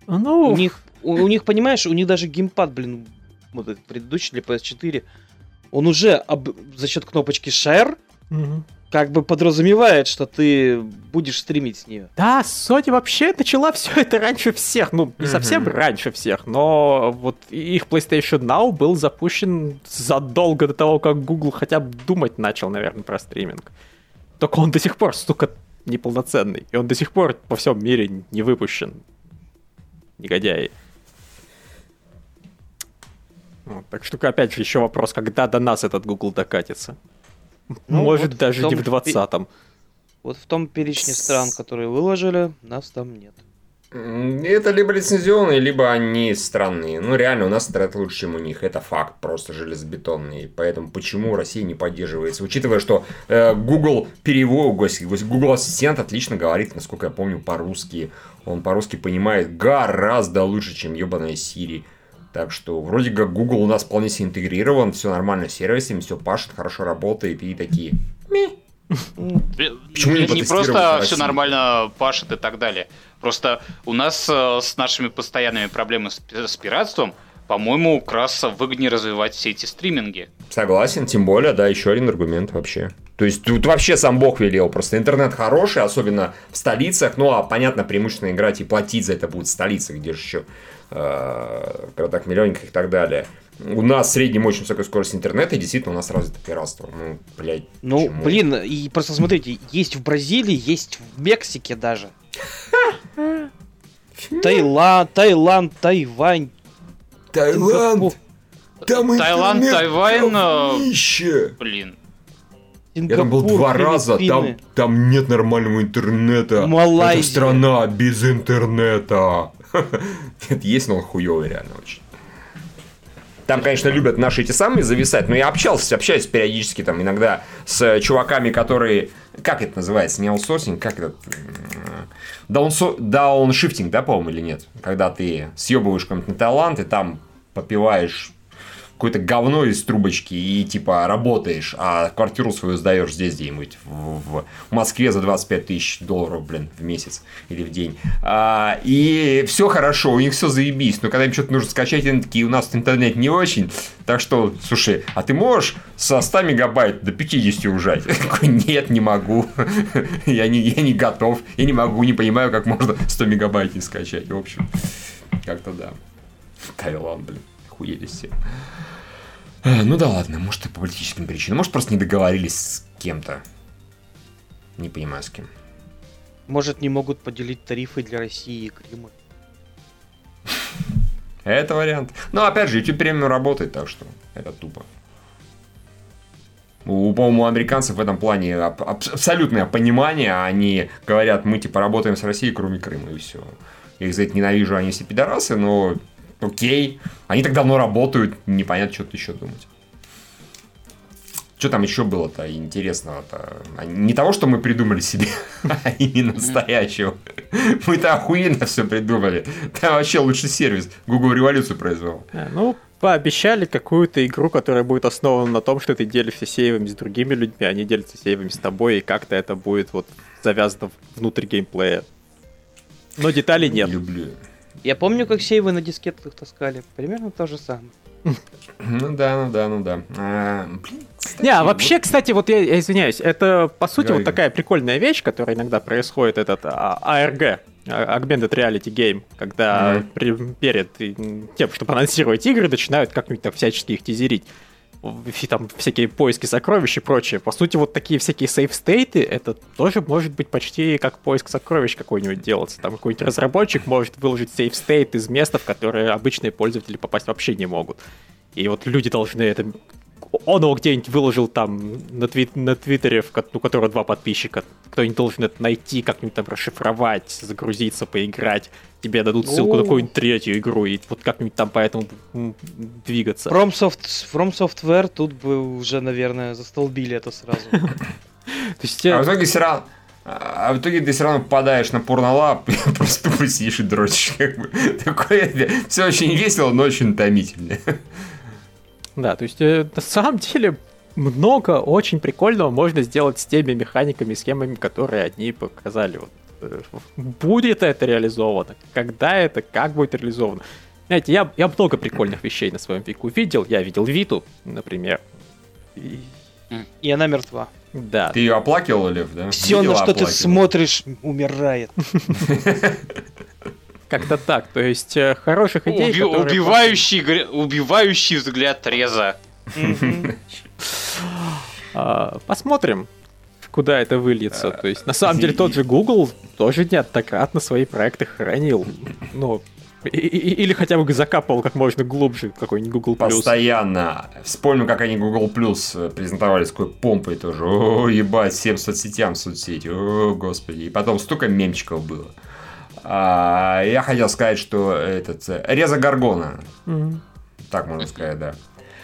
Speaker 2: Ну... У них, у, у них, понимаешь, у них даже геймпад, блин, вот этот предыдущий для пи эс четыре, он уже об, за счет кнопочки Share угу. как бы подразумевает, что ты будешь стримить с нее.
Speaker 1: Да, Sony вообще начала все это раньше всех. Ну, не совсем угу. раньше всех, но вот их PlayStation Now был запущен задолго до того, как Google хотя бы думать начал, наверное, про стриминг. Только он до сих пор, сука, неполноценный. И он до сих пор по всем мире не выпущен. Негодяи. Вот, так что, опять же, еще вопрос, когда до нас этот Google докатится. Ну, Может, вот даже не в двадцатом.
Speaker 2: Вот в том перечне стран, которые выложили, нас там нет.
Speaker 4: Это либо лицензионные, либо они странные. Ну, реально, у нас интернет лучше, чем у них. Это факт, просто железобетонный. Поэтому почему Россия не поддерживается? Учитывая, что э, Google перевод, Google Ассистент отлично говорит, насколько я помню, по-русски. Он по-русски понимает гораздо лучше, чем ебаная Siri. Так что вроде как Google у нас вполне себе интегрирован, все нормально с сервисами, все пашет, хорошо работает, и такие... Ми.
Speaker 3: Почему не, не просто все нормально пашет и так далее. Просто у нас э, с нашими постоянными проблемами с, с пиратством, по-моему, как раз выгоднее развивать все эти стриминги.
Speaker 4: Согласен, тем более, да, еще один аргумент вообще. То есть тут вообще сам Бог велел, просто интернет хороший, особенно в столицах, ну а понятно, преимущественно играть и платить за это будет в столицах, где же еще э, городах миллионниках и так далее. У нас в среднем очень высокая скорость интернета, и действительно у нас развито пиратство. Ну, блядь,
Speaker 2: Ну,
Speaker 4: почему?
Speaker 2: блин, и просто смотрите, есть в Бразилии, есть в Мексике даже. Таиланд, Таиланд, Тайвань.
Speaker 4: Таиланд! Там
Speaker 3: Таиланд, Тайвань, блин.
Speaker 4: Я там был два раза, там, там нет нормального интернета.
Speaker 2: Малайзия.
Speaker 4: Это страна без интернета. Нет, есть, но он хуёвый реально очень. Там, конечно, любят наши эти самые зависать, но я общался, общаюсь периодически там иногда с чуваками, которые... Как это называется? Не аутсорсинг, как это... Дауншифтинг, да, по-моему, или нет? Когда ты съебываешь какой-нибудь на Таиланд, и там попиваешь какое-то говно из трубочки и типа работаешь, а квартиру свою сдаешь здесь где-нибудь в, в Москве за двадцать пять тысяч долларов, блин, в месяц или в день. А, и все хорошо, у них все заебись, но когда им что-то нужно скачать, они такие, у нас интернет не очень, так что, слушай, а ты можешь со ста мегабайт до пятидесяти ужать? Нет, не могу, я не, я не готов, я не могу, не понимаю, как можно сто мегабайт не скачать, в общем, как-то да. Таиланд, блин, охуели все. Ну да ладно, может и по политическим причинам, может просто не договорились с кем-то. Не понимаю с кем.
Speaker 2: Может не могут поделить тарифы для России и Крыма.
Speaker 4: Это вариант. Но опять же, YouTube премиум работает, так что это тупо. У, по-моему, американцев в этом плане аб- абсолютное понимание. Они говорят, мы типа работаем с Россией, кроме Крыма, и все. Я их за это ненавижу, они все пидорасы, но... Окей. Они так давно работают, непонятно, что-то еще думать. Что там еще было-то интересного-то? Не того, что мы придумали себе, а именно настоящего. Мы-то охуенно все придумали. Там вообще лучший сервис. Google революцию произвел.
Speaker 1: Ну, пообещали какую-то игру, которая будет основана на том, что ты делишься сейвами с другими людьми, они делятся сейвами с тобой, и как-то это будет вот завязано внутрь геймплея. Но деталей нет.
Speaker 4: Люблю.
Speaker 2: Я помню, как сейвы на дискетах таскали. Примерно то же самое.
Speaker 4: Ну да, ну да, ну да. А, блин,
Speaker 1: кстати, Не, а вообще, вот... кстати, вот я, я извиняюсь, это по сути Говори. вот такая прикольная вещь, которая иногда происходит, этот а, АРГ, Augmented Reality Game, когда mm-hmm. при, перед тем, чтобы анонсировать игры, начинают как-нибудь так всячески их тизерить. Там всякие поиски сокровищ и прочее. По сути, вот такие всякие сейф-стейты, это тоже может быть почти как поиск сокровищ какой-нибудь делаться. Там какой-нибудь разработчик может выложить сейф-стейт из места, в которые обычные пользователи попасть вообще не могут. И вот люди должны это... Он его где-нибудь выложил там на, твит... на Твиттере, у которого два подписчика. Кто-нибудь должен это найти, как-нибудь там расшифровать, загрузиться, поиграть. Тебе дадут ссылку на какую-нибудь третью игру, и вот как-нибудь там по этому двигаться.
Speaker 2: From, Soft... From Software тут бы уже, наверное, застолбили это сразу.
Speaker 4: А в итоге все равно... А в итоге ты все равно попадаешь на порнолаб, просто тупо сидишь и дрочишь. Такое все очень весело, но очень утомительно.
Speaker 1: Да, то есть э, на самом деле много очень прикольного можно сделать с теми механиками, схемами, которые они показали вот, будет это реализовано, когда это, как будет реализовано. Знаете, я, я много прикольных вещей на своем веку видел. Я видел Виту, например.
Speaker 2: И, и она мертва.
Speaker 1: Да.
Speaker 4: Ты ее оплакивал, Лев, да?
Speaker 2: Все, на что ты смотришь, умирает.
Speaker 1: Как-то так, то есть хороших идей,
Speaker 3: Уби- которые... убивающий, просто... убивающий взгляд Реза.
Speaker 1: Посмотрим, куда это выльется. То есть, на самом деле, тот же Google тоже неоднократно свои проекты хранил. Ну, или хотя бы закапывал как можно глубже какой-нибудь Google+.
Speaker 4: Постоянно. Вспомним, как они Google Plus презентовали с какой помпой тоже. О, ебать, всем соцсетям соцсети. О, господи. И потом столько мемчиков было. А, я хотел сказать, что этот Реза Гаргона. Mm-hmm. Так можно сказать, да.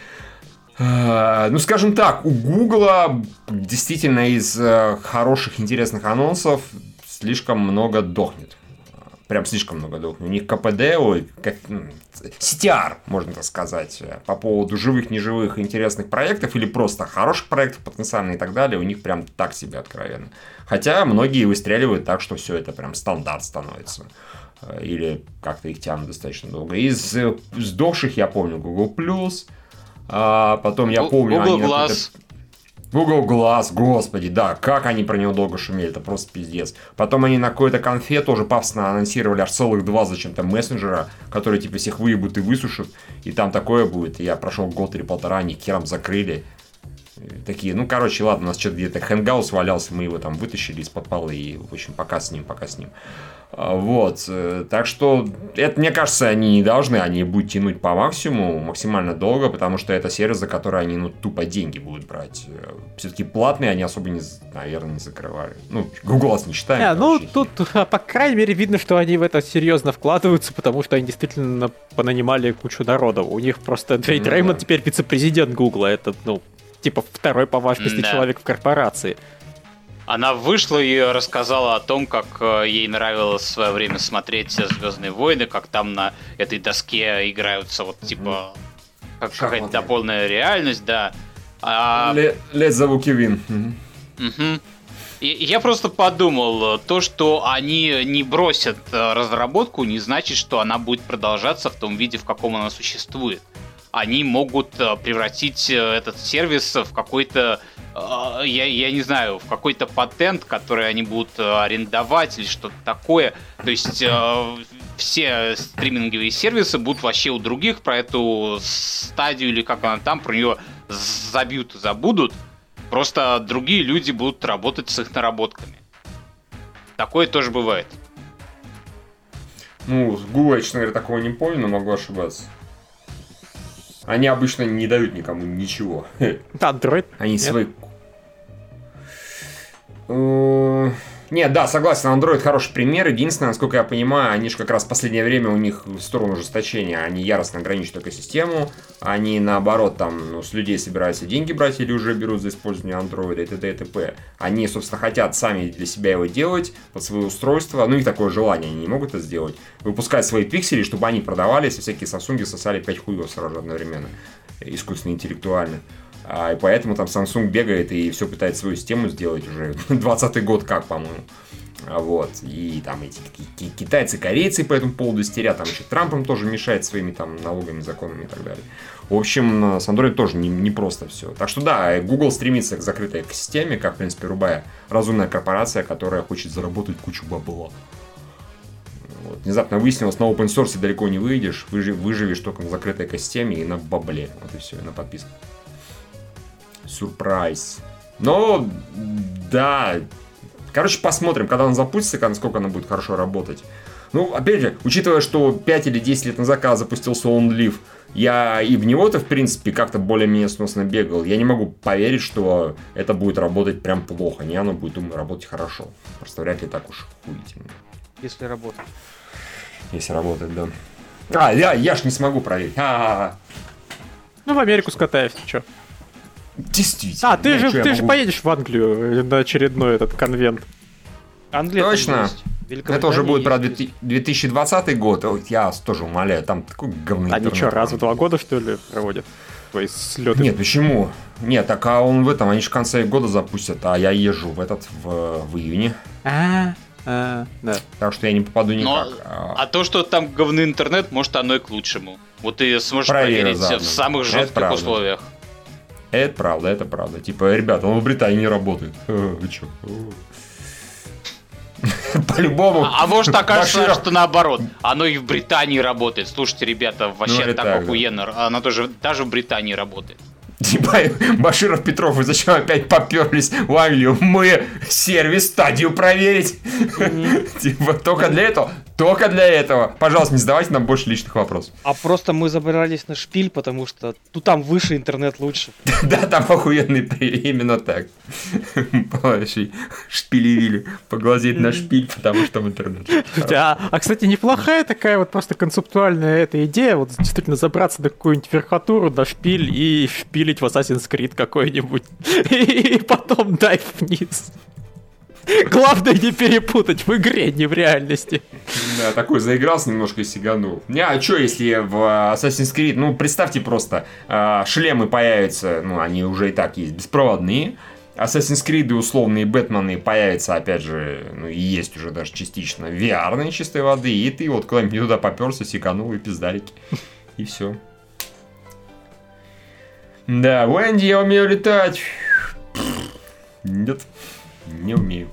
Speaker 4: А, ну, скажем так, у Гугла действительно из хороших, интересных анонсов слишком много дохнет. Прям слишком много дохнет. У них КПД, ой, как, си ти ар, можно так сказать, по поводу живых, неживых, интересных проектов или просто хороших проектов потенциально и так далее, у них прям так себе откровенно. Хотя многие выстреливают так, что все это прям стандарт становится. Или как-то их тянут достаточно долго. Из сдохших я помню Google+, а потом я помню...
Speaker 3: Google Glass.
Speaker 4: Google Glass, господи, да, как они про него долго шумели, это просто пиздец. Потом они на какой-то конфе тоже пафосно анонсировали аж целых два зачем-то мессенджера, которые типа всех выебут и высушат, и там такое будет. Я прошел год или полтора, они хером закрыли. Такие, ну, короче, ладно, у нас что-то где-то Hangouts валялся, мы его там вытащили из-под пола, и, в общем, пока с ним, пока с ним. Вот, так что, это, мне кажется, они не должны, они будут тянуть по максимуму, максимально долго, потому что это сервис, за который они, ну, тупо деньги будут брать. Все-таки платные они особо, не, наверное, не закрывали. Ну, Google не считаем.
Speaker 1: А, ну, тут, по крайней мере, видно, что они в это серьезно вкладываются, потому что они действительно понанимали кучу народа. У них просто Джейд ну, Реймонд да. теперь вице-президент Гугла, это, ну, типа второй по важности да. человек в корпорации.
Speaker 3: Она вышла и рассказала о том, как ей нравилось в свое время смотреть «Звездные войны», как там на этой доске играются вот типа как какая-то дополненная реальность, да. А...
Speaker 4: Лет зову Кевин.
Speaker 3: Угу. И я просто подумал, то, что они не бросят разработку, не значит, что она будет продолжаться в том виде, в каком она существует. Они могут превратить этот сервис в какой-то, я, я не знаю, в какой-то патент, который они будут арендовать или что-то такое. То есть все стриминговые сервисы будут вообще у других про эту стадию или как она там, про нее забьют и забудут. Просто другие люди будут работать с их наработками. Такое тоже бывает.
Speaker 4: Ну, с Google я, честно говоря, такого не помню, но могу ошибаться. Они обычно не дают никому ничего.
Speaker 1: Android?
Speaker 4: Они свои... Нет, да, согласен, Android хороший пример. Единственное, насколько я понимаю, они же как раз в последнее время у них в сторону ужесточения. Они яростно ограничивают экосистему. Они, наоборот, там, ну, с людей собираются деньги брать или уже берут за использование Android и т.д. и т.п. Они, собственно, хотят сами для себя его делать под свои устройства. Ну, у них такое желание, они не могут это сделать. Выпускать свои пиксели, чтобы они продавались, и всякие Samsung сосали пять хуев сразу одновременно. Искусственно, интеллектуально. И поэтому там Samsung бегает и все пытается свою систему сделать уже двадцатый год как, по-моему. Вот. И там эти китайцы, корейцы по этому поводу истерят. Там еще Трампом тоже мешает своими там налогами, законами и так далее. В общем, с Android тоже не, не просто все. Так что да, Google стремится к закрытой экосистеме, как, в принципе, любая разумная корпорация, которая хочет заработать кучу бабла. Вот. Внезапно выяснилось, на open source далеко не выйдешь, выжив, выживешь только на закрытой экосистеме и на бабле. Вот и все, и на подписку. Сюрприз. Но, да. Короче, посмотрим, когда он запустится, насколько она будет хорошо работать. Ну, опять же, учитывая, что пять или десять лет назад, когда запустился OnLive, я и в него-то, в принципе, как-то более-менее сносно бегал. Я не могу поверить, что это будет работать прям плохо. Не, оно будет, думаю, работать хорошо. Просто вряд ли так уж хуительно.
Speaker 2: Если работает.
Speaker 4: Если работает, да. А, я, я ж не смогу проверить. А-а-а.
Speaker 1: Ну, в Америку скатаешься, что?
Speaker 4: Действительно.
Speaker 1: А, ты, же, ты же поедешь в Англию на очередной этот конвент.
Speaker 2: Англия.
Speaker 4: Точно. Это уже будет про две тысячи двадцатый год. Ой, я тоже умоляю, там такой говный.
Speaker 1: Они что, раз в два года, что ли, проводят свои слеты?
Speaker 4: Нет, почему? Нет, так а он в этом, они же в конце года запустят, а я езжу в этот, в, в июне.
Speaker 1: А, А, да.
Speaker 4: Так что я не попаду никак.
Speaker 3: Но, а то, что там говный интернет, может, оно и к лучшему. Вот ты сможешь
Speaker 4: Проверю
Speaker 3: проверить
Speaker 4: заодно.
Speaker 3: в самых
Speaker 4: Это
Speaker 3: жестких
Speaker 4: правда.
Speaker 3: условиях.
Speaker 4: Это правда, это правда. Типа, ребята, он в Британии не работает. Э, Вы чё? По-любому.
Speaker 3: А, а может окажется,
Speaker 4: Баширов-
Speaker 3: что наоборот. Оно и в Британии работает. Слушайте, ребята, вообще
Speaker 4: Ну, это
Speaker 3: так,
Speaker 4: так, да.
Speaker 3: охуенно. Оно тоже даже в Британии работает.
Speaker 4: Типа, Баширов, Петров, вы зачем опять поперлись в Англию? Мы сервис стадию проверить. Типа, только для этого? Только для этого. Пожалуйста, не задавайте нам больше личных вопросов.
Speaker 2: А просто мы забрались на шпиль, потому что тут там выше, интернет лучше.
Speaker 4: Да, там охуенный при- именно так. Вообще, шпилевили. Поглазеть на шпиль, потому что в интернете.
Speaker 1: А, а, кстати, неплохая такая вот просто концептуальная эта идея, вот действительно забраться на какую-нибудь верхотуру, на шпиль и шпилить в Assassin's Creed какой-нибудь. И потом дайв вниз. Главное не перепутать в игре, не в реальности.
Speaker 4: Да, такой заигрался немножко и сиганул. Не, а что, если в Assassin's Creed, ну, представьте просто, э, шлемы появятся, ну, они уже и так есть, беспроводные. Assassin's Creed и условные Бэтмены появятся, опять же, ну, и есть уже даже частично ви ар-ные чистой воды, и ты вот куда-нибудь не туда поперся, сиганул и пиздарики. И все. Да, Венди, я умею летать. Нет, не умею.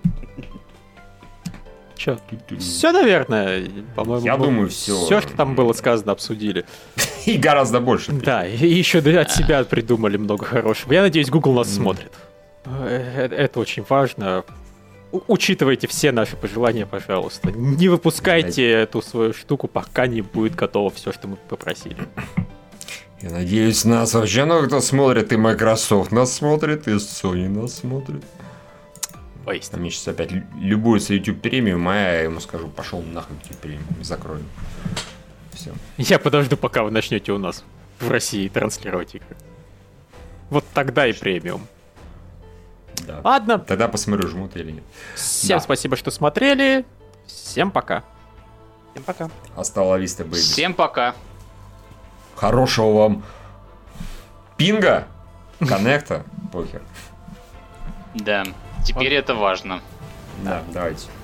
Speaker 1: Че, все, наверное, по-моему.
Speaker 4: Я
Speaker 1: мы
Speaker 4: думаю, всё.
Speaker 1: Все, что там было сказано, обсудили.
Speaker 4: И гораздо больше.
Speaker 1: Да, и еще от себя придумали много хорошего. Я надеюсь, Google нас смотрит. Э, Это очень важно. У- Учитывайте все наши пожелания, пожалуйста. Не выпускайте эту свою штуку, пока не будет готово все, что мы попросили.
Speaker 4: Я надеюсь, нас вообще много кто смотрит, и Microsoft нас смотрит, и Sony нас смотрит.
Speaker 1: Поистине.
Speaker 4: Там мне сейчас опять лю- любуется YouTube премиум, а я ему скажу, пошел нахуй YouTube премиум, закрою. Все.
Speaker 1: Я подожду, пока вы начнете у нас в России транслировать игры. Вот тогда и премиум.
Speaker 4: Да.
Speaker 1: Ладно,
Speaker 4: Тогда посмотрю, жмут или нет.
Speaker 1: всем
Speaker 4: Да.
Speaker 1: спасибо, что смотрели. Всем пока.
Speaker 2: Всем пока.
Speaker 4: Остала виста, бэйби.
Speaker 3: Всем пока.
Speaker 4: Хорошего вам пинга, коннекта, похер.
Speaker 3: Да, теперь это важно.
Speaker 4: Да, давайте.